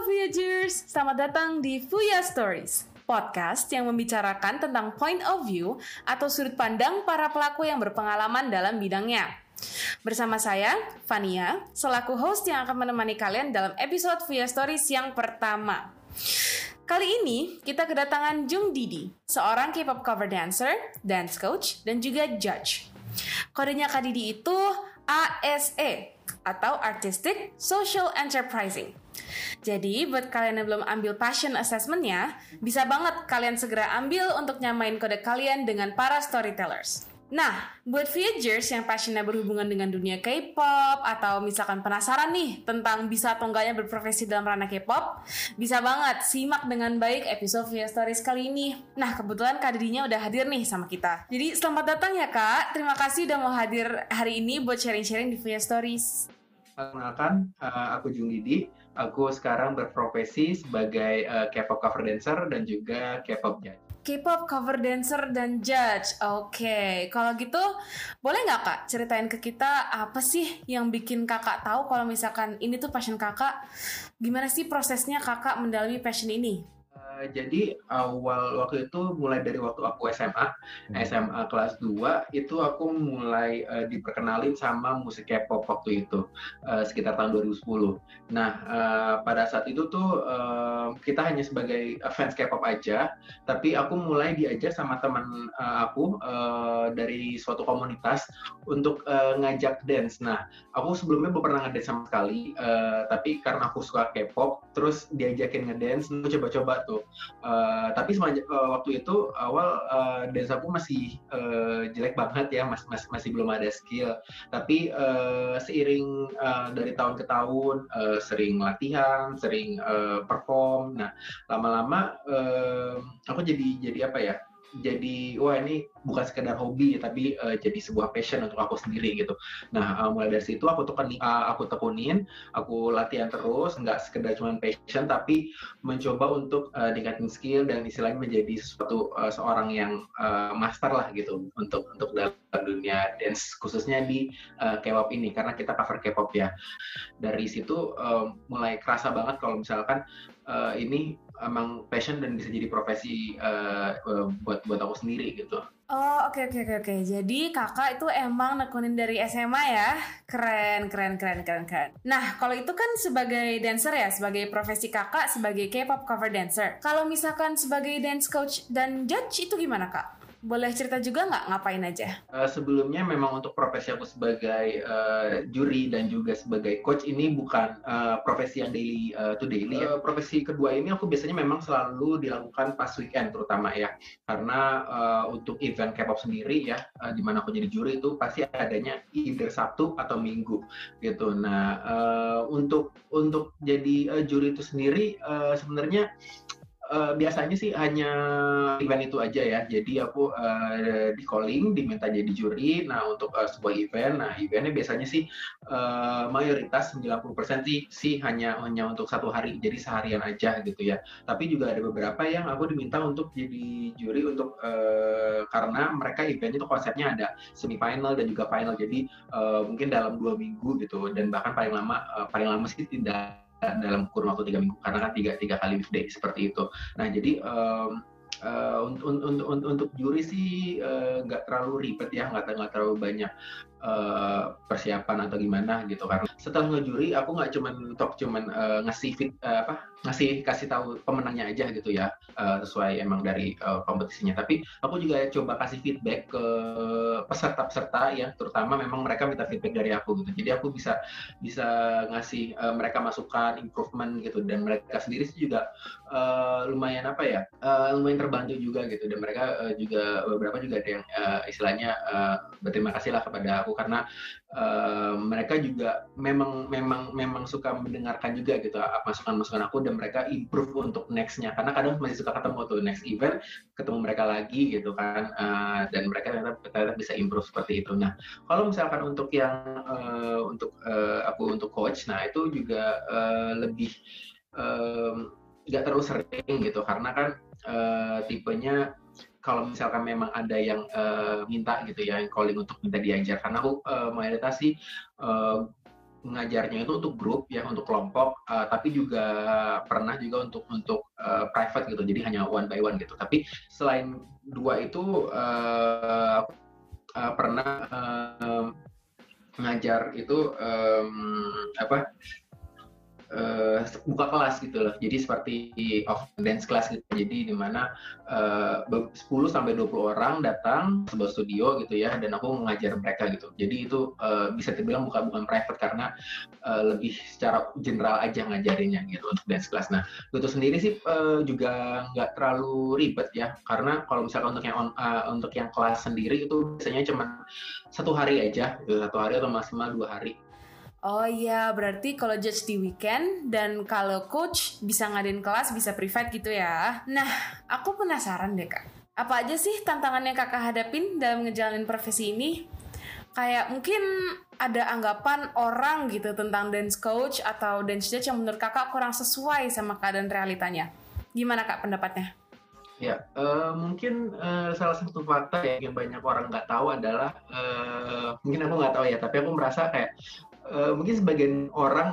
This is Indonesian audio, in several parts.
Voyagers, selamat datang di Fuya Stories, podcast yang membicarakan tentang point of view atau sudut pandang para pelaku yang berpengalaman dalam bidangnya. Bersama saya, Fania, selaku host yang akan menemani kalian dalam episode Fuya Stories yang pertama. Kali ini, kita kedatangan Jung Didi, seorang K-pop cover dancer, dance coach, dan juga judge. Kodenya Kak Didi itu ASE, atau Artistic Social Enterprising. Jadi, buat kalian yang belum ambil passion assessment-nya, bisa banget kalian segera ambil untuk nyamain kode kalian dengan para storytellers. Nah, buat Voyagers yang passionnya berhubungan dengan dunia K-pop atau misalkan penasaran nih tentang bisa atau enggaknya berprofesi dalam ranah K-pop, bisa banget simak dengan baik episode Fuya Stories kali ini. Nah, kebetulan Kak Didinya udah hadir nih sama kita. Jadi, selamat datang ya Kak. Terima kasih udah mau hadir hari ini buat sharing-sharing di Fuya Stories. Perkenalkan, aku Jung Didi. Aku sekarang berprofesi sebagai K-pop cover dancer dan juga K-pop judge. K-pop cover dancer dan judge. Oke, kalau gitu boleh nggak Kak ceritain ke kita apa sih yang bikin Kakak tahu kalau misalkan ini tuh passion Kakak? Gimana sih prosesnya Kakak mendalami passion ini? Jadi awal waktu itu mulai dari waktu aku SMA kelas 2 itu aku mulai diperkenalin sama musik K-pop waktu itu sekitar tahun 2010. Nah, pada saat itu tuh kita hanya sebagai fans K-pop aja, tapi aku mulai diajak sama teman aku dari suatu komunitas untuk ngajak dance. Nah, aku sebelumnya belum pernah ngedance sama sekali, tapi karena aku suka K-pop, terus diajakin ngedance, aku coba-coba tuh. Tapi semenjak waktu itu awal dance aku masih jelek banget ya, masih belum ada skill. Tapi seiring dari tahun ke tahun sering latihan, sering perform. Nah, lama-lama aku jadi apa ya? Jadi wah ini bukan sekedar hobi tapi jadi sebuah passion untuk aku sendiri gitu. Nah, mulai dari situ aku tekunin, aku latihan terus, nggak sekedar cuma passion tapi mencoba untuk tingkatin skill dan istilahnya menjadi seorang yang master lah gitu untuk dalam dunia dance khususnya di K-pop ini karena kita cover K-pop ya. Dari situ mulai kerasa banget kalau misalkan ini emang passion dan bisa jadi profesi buat aku sendiri gitu. Oh, oke. Jadi Kakak itu emang nekunin dari SMA ya? Keren. Nah, kalau itu kan sebagai dancer ya, sebagai profesi Kakak sebagai K-pop cover dancer. Kalau misalkan sebagai dance coach dan judge itu gimana Kak? Boleh cerita juga nggak ngapain aja? Sebelumnya memang untuk profesi aku sebagai juri dan juga sebagai coach ini bukan profesi yang daily to daily ya. Profesi kedua ini aku biasanya memang selalu dilakukan pas weekend terutama ya. Karena untuk event K-pop sendiri ya, di mana aku jadi juri itu pasti adanya either Sabtu atau Minggu gitu. Nah, untuk jadi juri itu sendiri sebenarnya biasanya sih hanya event itu aja ya. Jadi aku di calling, diminta jadi juri. Nah, untuk sebuah event, nah eventnya biasanya sih mayoritas 90% sih hanya untuk satu hari, jadi seharian aja gitu ya. Tapi juga ada beberapa yang aku diminta untuk jadi juri untuk karena mereka eventnya itu konsepnya ada semifinal dan juga final. Jadi mungkin dalam 2 minggu gitu dan bahkan paling lama sih tidak dalam kurun waktu 3 minggu karena kan tiga kali weekday seperti itu. Nah jadi untuk juri sih nggak terlalu ribet ya, nggak terlalu banyak persiapan atau gimana gitu. Karena setelah ngejuri aku nggak cuman kasih tahu pemenangnya aja gitu ya, sesuai emang dari kompetisinya, tapi aku juga coba kasih feedback ke peserta ya, terutama memang mereka minta feedback dari aku gitu. Jadi aku bisa ngasih mereka masukan improvement gitu, dan mereka sendiri sih juga lumayan terbantu juga gitu, dan mereka juga beberapa juga ada yang istilahnya berterima kasih lah kepada aku karena mereka juga memang suka mendengarkan juga gitu masukan aku, dan mereka improve untuk nextnya karena kadang masih suka ketemu tuh next event, ketemu mereka lagi gitu kan, dan mereka ternyata bisa improve seperti itu. Nah, kalau misalkan untuk yang aku untuk coach, nah itu juga lebih nggak terlalu sering gitu karena kan tipenya kalau misalkan memang ada yang minta gitu ya, yang calling untuk minta diajar, karena aku mayoritas sih ngajarnya itu untuk grup ya, untuk kelompok, tapi juga pernah juga untuk private gitu, jadi hanya one by one gitu. Tapi selain dua itu aku pernah ngajar itu apa buka kelas gitu loh. Jadi seperti off dance class gitu. Jadi di mana 10 sampai 20 orang datang sebuah studio gitu ya, dan aku mengajar mereka gitu. Jadi itu bisa dibilang bukan private karena lebih secara general aja ngajarinnya gitu untuk dance class. Nah, itu sendiri sih juga nggak terlalu ribet ya, karena kalau misalkan untuk yang kelas sendiri itu biasanya cuma 1 hari aja, gitu, 1 hari atau maksimal 2 hari. Oh iya, berarti kalau judge di weekend dan kalau coach bisa ngadain kelas, bisa private gitu ya. Nah, aku penasaran deh Kak. Apa aja sih tantangan yang Kakak hadapin dalam ngejalanin profesi ini? Kayak mungkin ada anggapan orang gitu tentang dance coach atau dance judge yang menurut Kakak kurang sesuai sama keadaan realitanya. Gimana Kak pendapatnya? Ya, mungkin salah satu fakta yang banyak orang nggak tahu adalah, mungkin aku nggak tahu ya, tapi aku merasa kayak mungkin sebagian orang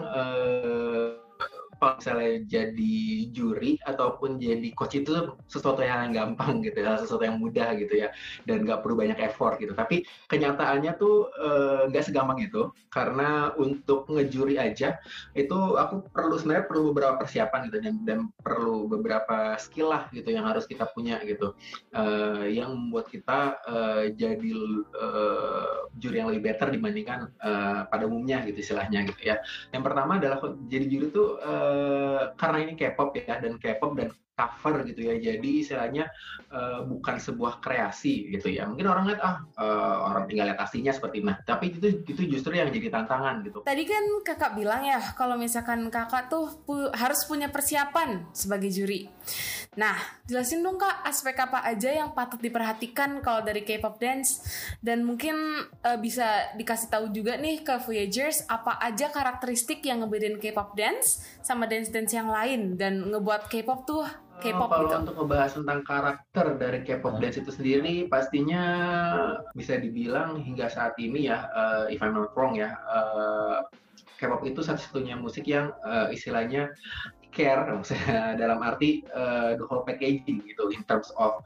kalau misalnya jadi juri ataupun jadi coach itu sesuatu yang gampang gitu ya, sesuatu yang mudah gitu ya, dan nggak perlu banyak effort gitu. Tapi kenyataannya tuh nggak segampang itu, karena untuk ngejuri aja itu aku sebenarnya perlu beberapa persiapan gitu, dan perlu beberapa skill lah gitu yang harus kita punya gitu, yang membuat kita jadi juri yang lebih better dibandingkan pada umumnya gitu istilahnya gitu ya. Yang pertama adalah jadi juri itu karena ini K-pop ya, dan K-pop dan cover gitu ya, jadi istilahnya bukan sebuah kreasi gitu ya. Mungkin orang lihat orang tinggal lihat aslinya seperti ini, tapi itu justru yang jadi tantangan gitu. Tadi kan Kakak bilang ya kalau misalkan Kakak tuh harus punya persiapan sebagai juri. Nah, jelasin dong Kak aspek apa aja yang patut diperhatikan kalau dari K-pop dance, dan mungkin bisa dikasih tahu juga nih ke Voyagers apa aja karakteristik yang ngebedain K-pop dance sama dance-dance yang lain dan ngebuat K-pop tuh K-pop kalau gitu. untuk ngebahas tentang karakter dari K-pop dance itu sendiri, pastinya bisa dibilang hingga saat ini ya, if I'm not wrong ya, K-pop itu satu-satunya musik yang istilahnya care, maksudnya dalam arti the whole packaging gitu, in terms of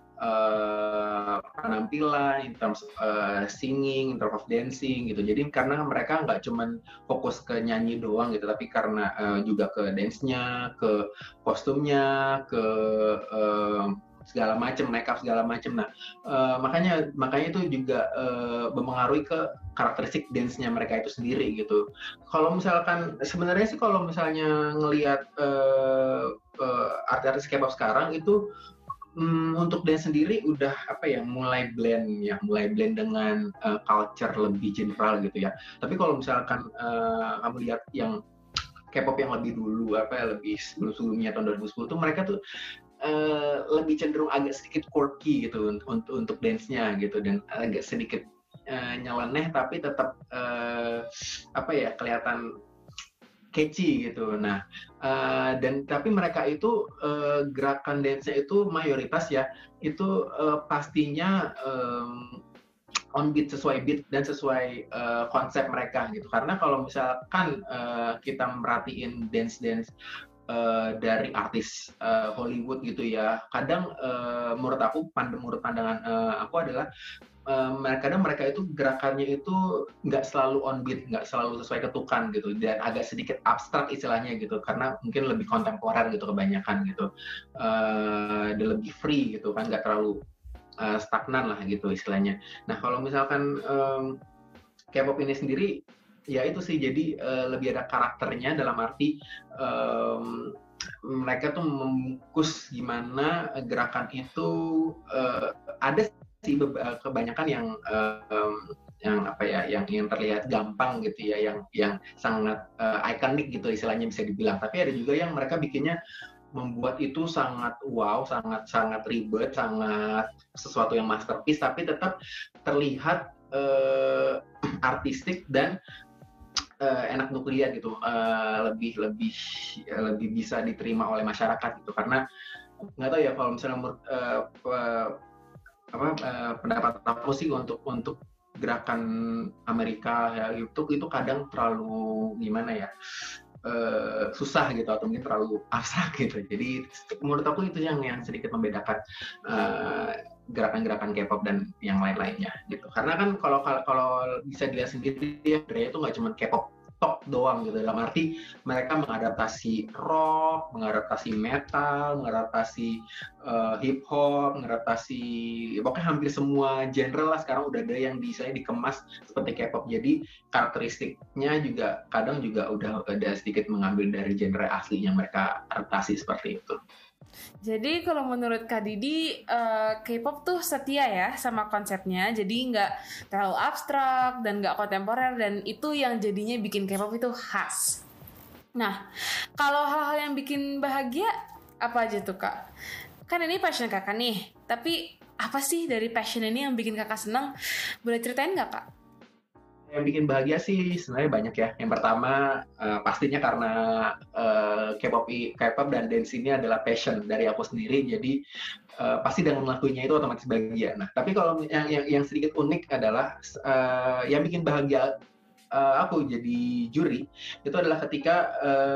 penampilan, in terms singing, in terms of dancing gitu. Jadi karena mereka nggak cuman fokus ke nyanyi doang gitu, tapi karena juga ke dance-nya, ke kostumnya, ke segala macam, makeup segala macam. Nah, makanya itu juga mempengaruhi ke karakteristik dance-nya mereka itu sendiri gitu. Kalau misalkan sebenarnya sih kalau misalnya ngelihat artis-artis K-pop sekarang itu untuk dance sendiri udah mulai blend dengan culture lebih general gitu ya. Tapi kalau misalkan kamu lihat yang K-pop yang lebih dulu lebih sebelumnya tahun 2010 tuh mereka tuh lebih cenderung agak sedikit quirky gitu untuk dance-nya gitu, dan agak sedikit nyeleneh tapi tetap kelihatan catchy gitu. Nah, dan tapi mereka itu gerakan dance-nya itu mayoritas ya, itu pastinya on beat, sesuai beat dan sesuai konsep mereka gitu. Karena kalau misalkan kita merhatiin dance-dance dari artis Hollywood gitu ya, kadang menurut pandangan aku adalah kadang mereka itu gerakannya itu nggak selalu on beat, nggak selalu sesuai ketukan gitu, dan agak sedikit abstrak istilahnya gitu, karena mungkin lebih kontemporer gitu kebanyakan gitu, dan lebih free gitu kan, nggak terlalu stagnan lah gitu istilahnya. Nah kalau misalkan K-pop ini sendiri ya itu sih, jadi lebih ada karakternya, dalam arti mereka tuh membungkus gimana gerakan itu ada sih kebanyakan yang terlihat gampang gitu ya, yang sangat ikonik gitu istilahnya bisa dibilang. Tapi ada juga yang mereka bikinnya membuat itu sangat wow, sangat ribet, sangat sesuatu yang masterpiece, tapi tetap terlihat artistik dan enak untuk lihat gitu, lebih bisa diterima oleh masyarakat gitu. Karena nggak tahu ya, kalau misalnya pendapat aku sih untuk gerakan Amerika ya itu kadang terlalu gimana ya, susah gitu atau mungkin terlalu abstrak gitu. Jadi menurut aku itu yang sedikit membedakan gerakan-gerakan K-pop dan yang lain-lainnya gitu. Karena kan kalau bisa dilihat sendiri ya, sebenarnya itu nggak cuma K-pop tok doang gitu. Dalam arti mereka mengadaptasi rock, mengadaptasi metal, mengadaptasi hip hop, mengadaptasi pokoknya hampir semua genre lah sekarang udah ada yang dikemas seperti K-pop. Jadi karakteristiknya juga kadang juga udah ada sedikit mengambil dari genre aslinya mereka adaptasi seperti itu. Jadi kalau menurut Kak Didi, K-pop tuh setia ya sama konsepnya, jadi nggak terlalu abstrak dan nggak kontemporer, dan itu yang jadinya bikin K-pop itu khas. Nah, kalau hal-hal yang bikin bahagia, apa aja tuh Kak? Kan ini passion Kakak nih, tapi apa sih dari passion ini yang bikin Kakak senang? Boleh ceritain nggak Kak? Yang bikin bahagia sih sebenarnya banyak ya. Yang pertama pastinya karena K-pop dan dance ini adalah passion dari aku sendiri. Jadi pasti dengan melakukannya itu otomatis bahagia. Nah, tapi kalau yang sedikit unik adalah yang bikin bahagia aku jadi juri itu adalah ketika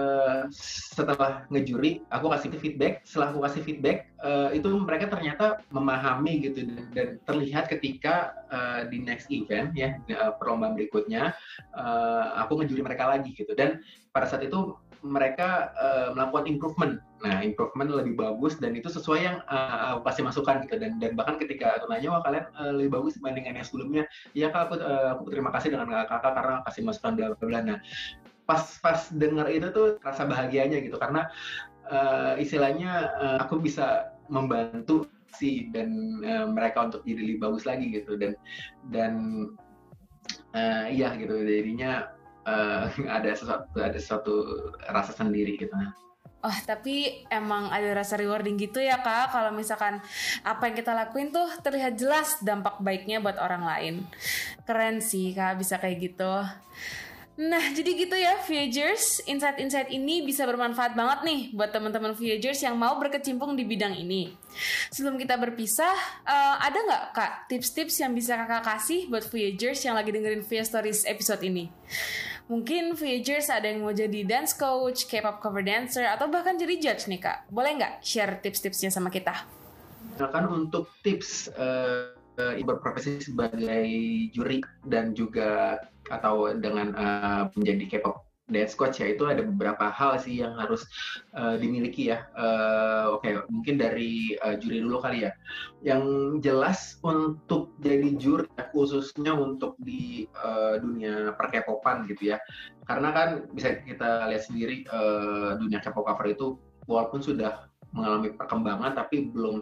setelah ngejuri aku kasih feedback. Setelah aku kasih feedback itu mereka ternyata memahami gitu, dan terlihat ketika di next event ya, perlombaan berikutnya aku ngejuri mereka lagi gitu, dan pada saat itu mereka melakukan improvement. Nah, improvement lebih bagus dan itu sesuai yang aku kasih masukan gitu, dan bahkan ketika aku nanya, wah kalian lebih bagus dibandingkan yang sebelumnya. Iya Kak, aku berterima kasih dengan Kakak karena kasih masukan bla bla bla. Nah, pas dengar itu tuh rasa bahagianya gitu, karena istilahnya aku bisa membantu sih dan mereka untuk jadi lebih bagus lagi gitu, dan iya gitu, jadinya ada sesuatu rasa sendiri gitu. Oh, tapi emang ada rasa rewarding gitu ya Kak, kalau misalkan apa yang kita lakuin tuh terlihat jelas dampak baiknya buat orang lain. Keren sih Kak bisa kayak gitu. Nah, jadi gitu ya Voyagers, insight-insight ini bisa bermanfaat banget nih buat teman-teman Voyagers yang mau berkecimpung di bidang ini. Sebelum kita berpisah, ada nggak Kak tips-tips yang bisa Kakak kasih buat Voyagers yang lagi dengerin Via Stories episode ini? Mungkin Voyagers ada yang mau jadi dance coach, K-pop cover dancer, atau bahkan jadi judge nih Kak. Boleh nggak share tips-tipsnya sama kita? Nah, kan untuk tips berprofesi sebagai juri dan juga atau dengan menjadi K-pop dance coach ya, itu ada beberapa hal sih yang harus dimiliki ya. Oke, mungkin dari juri dulu kali ya. Yang jelas untuk jadi juri khususnya untuk di dunia per K-popan gitu ya. Karena kan bisa kita lihat sendiri dunia K-pop cover itu walaupun sudah mengalami perkembangan tapi belum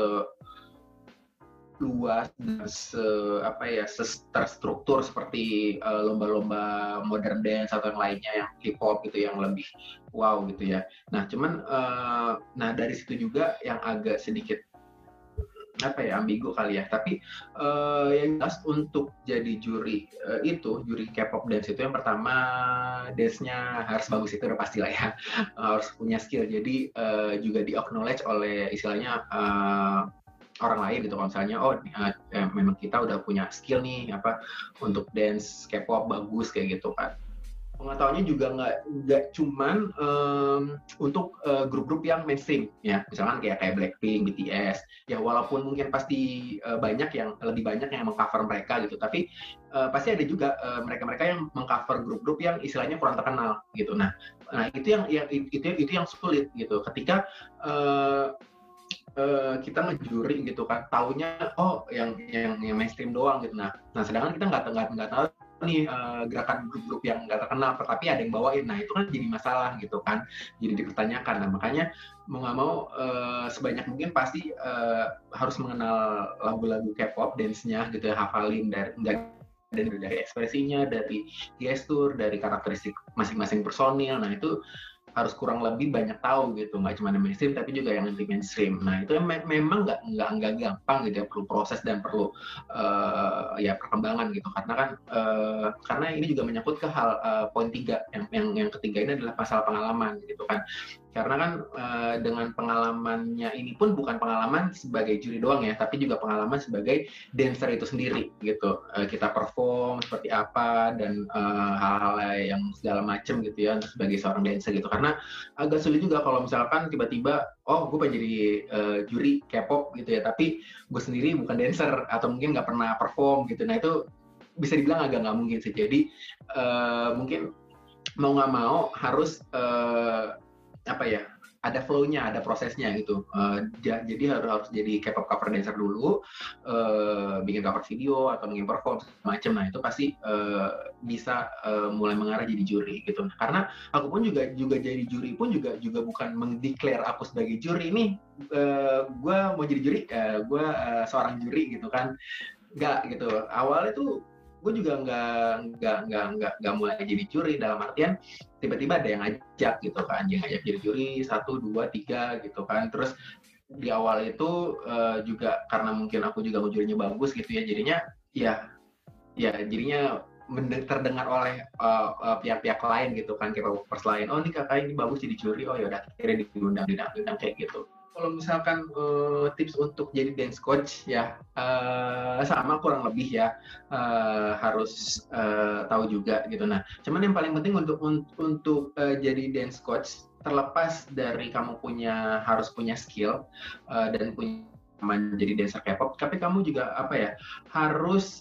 luas dan terstruktur seperti lomba-lomba modern dance atau yang lainnya yang hip hop gitu yang lebih wow gitu ya. Nah, cuman nah dari situ juga yang agak sedikit ambigu kali ya. Tapi yang jelas untuk jadi juri juri K-pop dance itu yang pertama dance-nya harus bagus, itu udah pasti lah ya. Harus punya skill. Jadi juga di-acknowledge oleh istilahnya orang lain gitu, kalau misalnya memang kita udah punya skill nih untuk dance K-pop bagus kayak gitu kan. Pengetahuannya juga nggak cuman untuk grup-grup yang mainstream ya, misalkan kayak Blackpink, BTS ya, walaupun mungkin pasti lebih banyak yang mengcover mereka gitu, tapi pasti ada juga mereka-mereka yang mengcover grup-grup yang istilahnya kurang terkenal gitu. Nah itu yang sulit gitu ketika kita ngejuri gitu kan, taunya yang mainstream doang gitu. Nah sedangkan kita nggak tahu nih gerakan grup-grup yang nggak terkenal tapi ada yang bawain. Nah itu kan jadi masalah gitu kan, jadi dipertanyakan. Nah makanya mau nggak mau sebanyak mungkin pasti harus mengenal lagu-lagu K-pop dance-nya gitu ya, hafalin dari ekspresinya, dari gestur, dari karakteristik masing-masing personil. Nah itu harus kurang lebih banyak tahu gitu, nggak cuma yang mainstream tapi juga yang anti mainstream. Nah itu memang nggak gampang gitu ya, perlu proses dan perlu perkembangan gitu, karena ini juga menyangkut ke hal poin 3 yang ketiga ini adalah masalah pengalaman gitu kan. Karena kan dengan pengalamannya ini pun bukan pengalaman sebagai juri doang ya, tapi juga pengalaman sebagai dancer itu sendiri gitu. Kita perform seperti apa dan hal-hal yang segala macam gitu ya sebagai seorang dancer gitu. Karena agak sulit juga kalau misalkan tiba-tiba gue pengen jadi juri K-pop gitu ya, tapi gue sendiri bukan dancer atau mungkin nggak pernah perform gitu. Nah itu bisa dibilang agak nggak mungkin sih. Jadi mungkin mau nggak mau harus ada flow-nya, ada prosesnya gitu. Jadi harus jadi K-pop cover dancer dulu, bikin cover video atau bikin perform macam. Nah itu pasti bisa mulai mengarah jadi juri gitu. Nah, karena aku pun juga jadi juri pun juga bukan mendeklar aku sebagai juri nih. Gue mau jadi juri, gue seorang juri gitu kan. Nggak gitu. Awalnya tuh gue juga nggak mulai jadi juri, dalam artian tiba-tiba ada yang ngajak gitu kan, dia ngajak jadi juri 1, 2, 3 gitu kan. Terus di awal itu juga karena mungkin aku juga jurinya bagus gitu ya, jadinya jadinya terdengar oleh pihak-pihak lain gitu kan, kayak popers lain, oh ini kakak ini bagus jadi juri, oh yaudah akhirnya diundang kayak gitu. Kalau misalkan tips untuk jadi dance coach ya sama kurang lebih ya, harus tahu juga gitu. Nah, cuman yang paling penting untuk jadi dance coach, terlepas dari kamu harus punya skill dan punya menjadi dancer K-pop, tapi kamu juga harus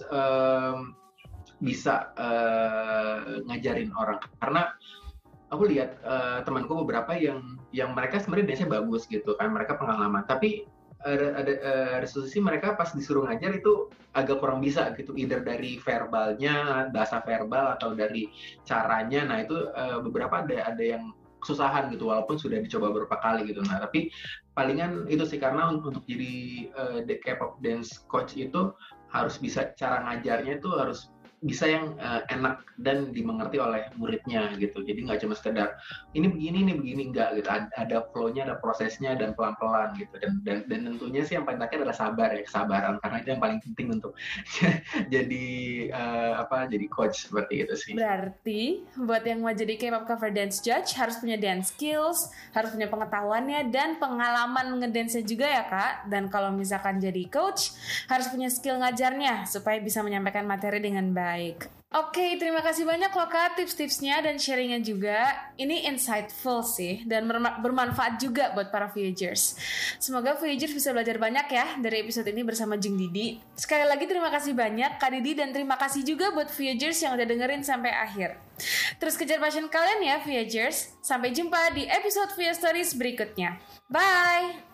bisa ngajarin orang. Karena aku lihat temanku beberapa yang mereka sebenarnya dance-nya bagus gitu kan, mereka pengalaman, tapi ada sisi mereka pas disuruh ngajar itu agak kurang bisa gitu, either dari verbalnya, bahasa verbal atau dari caranya. Nah itu beberapa ada yang kesusahan gitu walaupun sudah dicoba beberapa kali gitu. Nah tapi palingan itu sih, karena untuk jadi K-pop dance coach itu harus bisa, cara ngajarnya itu harus bisa yang enak dan dimengerti oleh muridnya gitu. Jadi nggak cuma sekedar ini begini enggak gitu. Ada flow-nya, ada prosesnya, dan pelan-pelan gitu. Dan tentunya sih yang paling terakhir adalah kesabaran, karena itu yang paling penting untuk jadi jadi coach seperti itu sih. Berarti buat yang mau jadi K-pop cover dance judge harus punya dance skills, harus punya pengetahuannya dan pengalaman ngedance juga ya Kak. Dan kalau misalkan jadi coach harus punya skill ngajarnya supaya bisa menyampaikan materi dengan baik. Oke, terima kasih banyak loh Kak tips-tipsnya dan sharingnya juga. Ini insightful sih dan bermanfaat juga buat para Voyagers. Semoga Voyagers bisa belajar banyak ya dari episode ini bersama Jeng Didi. Sekali lagi terima kasih banyak Kak Didi, dan terima kasih juga buat Voyagers yang udah dengerin sampai akhir. Terus kejar passion kalian ya Voyagers. Sampai jumpa di episode Voyage Stories berikutnya. Bye!